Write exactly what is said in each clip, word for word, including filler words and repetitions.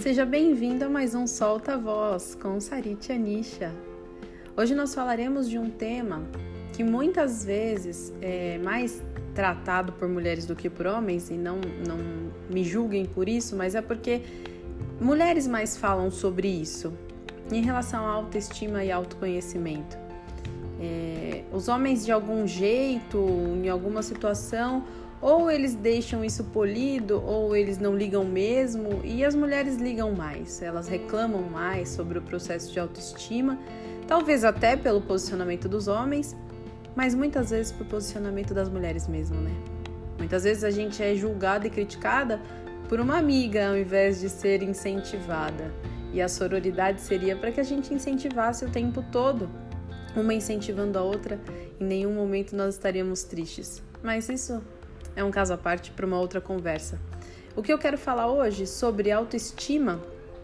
Seja bem-vindo a mais um Solta a Voz com Sarit Anisha. Hoje nós falaremos de um tema que muitas vezes é mais tratado por mulheres do que por homens, e não, não me julguem por isso, mas é porque mulheres mais falam sobre isso, em relação à autoestima e autoconhecimento. É, os homens, de algum jeito, em alguma situação, ou eles deixam isso polido, ou eles não ligam mesmo, e as mulheres ligam mais, elas reclamam mais sobre o processo de autoestima, talvez até pelo posicionamento dos homens, mas muitas vezes por posicionamento das mulheres mesmo, né? Muitas vezes a gente é julgada e criticada por uma amiga, ao invés de ser incentivada, e a sororidade seria para que a gente incentivasse o tempo todo, uma incentivando a outra, em nenhum momento nós estaríamos tristes, mas isso é um caso à parte para uma outra conversa. O que eu quero falar hoje sobre autoestima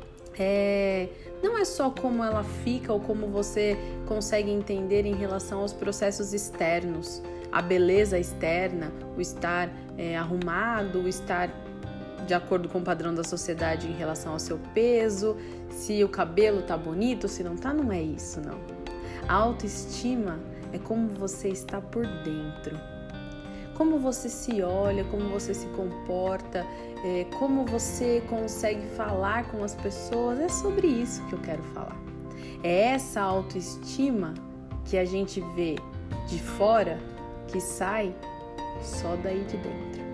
é, não é só como ela fica ou como você consegue entender em relação aos processos externos, a beleza externa, o estar é, arrumado, o estar de acordo com o padrão da sociedade em relação ao seu peso, se o cabelo tá bonito, se não tá, não é isso, não. A autoestima é como você está por dentro. Como você se olha, como você se comporta, é, como você consegue falar com as pessoas, é sobre isso que eu quero falar. É essa autoestima que a gente vê de fora, que sai só daí de dentro.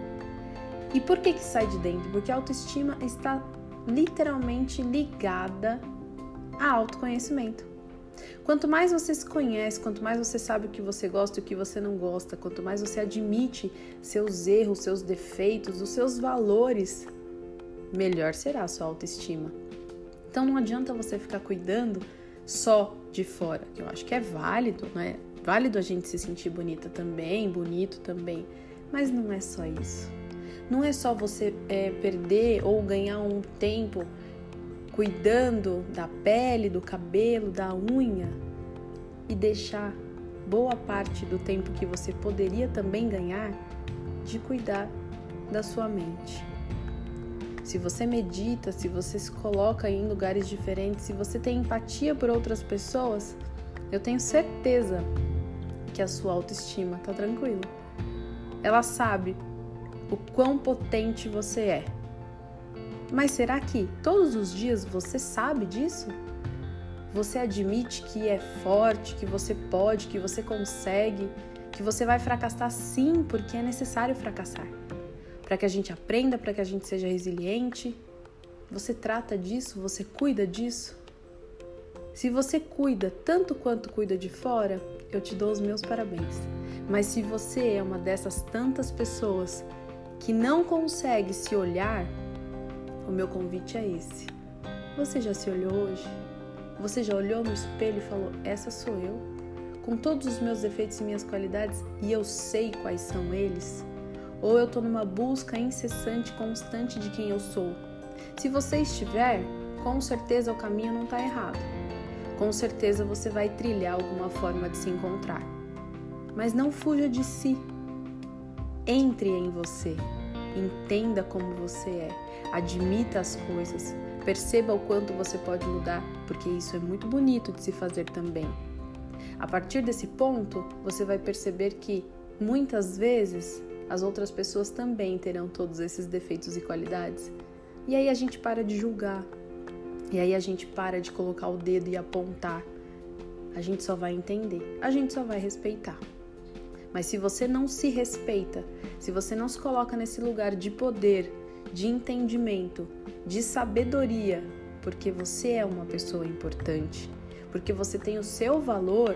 E por que que sai de dentro? Porque a autoestima está literalmente ligada a autoconhecimento. Quanto mais você se conhece, quanto mais você sabe o que você gosta e o que você não gosta, quanto mais você admite seus erros, seus defeitos, os seus valores, melhor será a sua autoestima. Então não adianta você ficar cuidando só de fora, que eu acho que é válido, não é? Válido a gente se sentir bonita também, bonito também, mas não é só isso. Não é só você é, perder ou ganhar um tempo cuidando da pele, do cabelo, da unha e deixar boa parte do tempo que você poderia também ganhar de cuidar da sua mente. Se você medita, se você se coloca em lugares diferentes, se você tem empatia por outras pessoas, eu tenho certeza que a sua autoestima está tranquila. Ela sabe o quão potente você é. Mas será que todos os dias você sabe disso? Você admite que é forte, que você pode, que você consegue, que você vai fracassar sim, porque é necessário fracassar. Para que a gente aprenda, para que a gente seja resiliente. Você trata disso? Você cuida disso? Se você cuida tanto quanto cuida de fora, eu te dou os meus parabéns. Mas se você é uma dessas tantas pessoas que não consegue se olhar, o meu convite é esse. Você já se olhou hoje? Você já olhou no espelho e falou, essa sou eu? Com todos os meus defeitos e minhas qualidades, e eu sei quais são eles? Ou eu estou numa busca incessante, constante de quem eu sou? Se você estiver, com certeza o caminho não está errado. Com certeza você vai trilhar alguma forma de se encontrar. Mas não fuja de si. Entre em você. Entenda como você é, admita as coisas, perceba o quanto você pode mudar, porque isso é muito bonito de se fazer também. A partir desse ponto, você vai perceber que, muitas vezes, as outras pessoas também terão todos esses defeitos e qualidades. E aí a gente para de julgar, e aí a gente para de colocar o dedo e apontar. A gente só vai entender, a gente só vai respeitar. Mas se você não se respeita, se você não se coloca nesse lugar de poder, de entendimento, de sabedoria, porque você é uma pessoa importante, porque você tem o seu valor,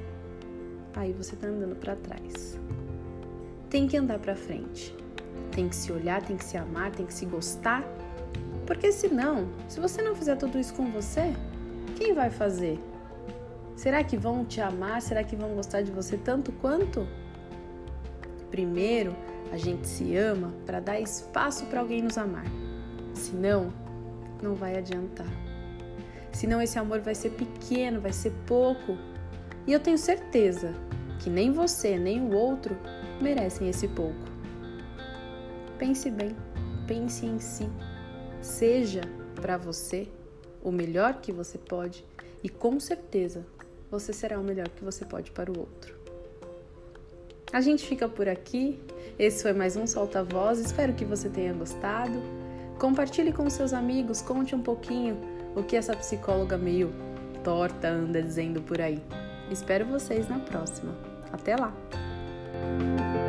aí você tá andando para trás. Tem que andar para frente. Tem que se olhar, tem que se amar, tem que se gostar, porque senão, se você não fizer tudo isso com você, quem vai fazer? Será que vão te amar? Será que vão gostar de você tanto quanto? Primeiro, a gente se ama para dar espaço para alguém nos amar. Senão, não vai adiantar. Senão esse amor vai ser pequeno, vai ser pouco. E eu tenho certeza que nem você, nem o outro merecem esse pouco. Pense bem, pense em si. Seja para você o melhor que você pode e com certeza você será o melhor que você pode para o outro. A gente fica por aqui. Esse foi mais um Solta Voz. Espero que você tenha gostado. Compartilhe com seus amigos, conte um pouquinho o que essa psicóloga meio torta anda dizendo por aí. Espero vocês na próxima. Até lá!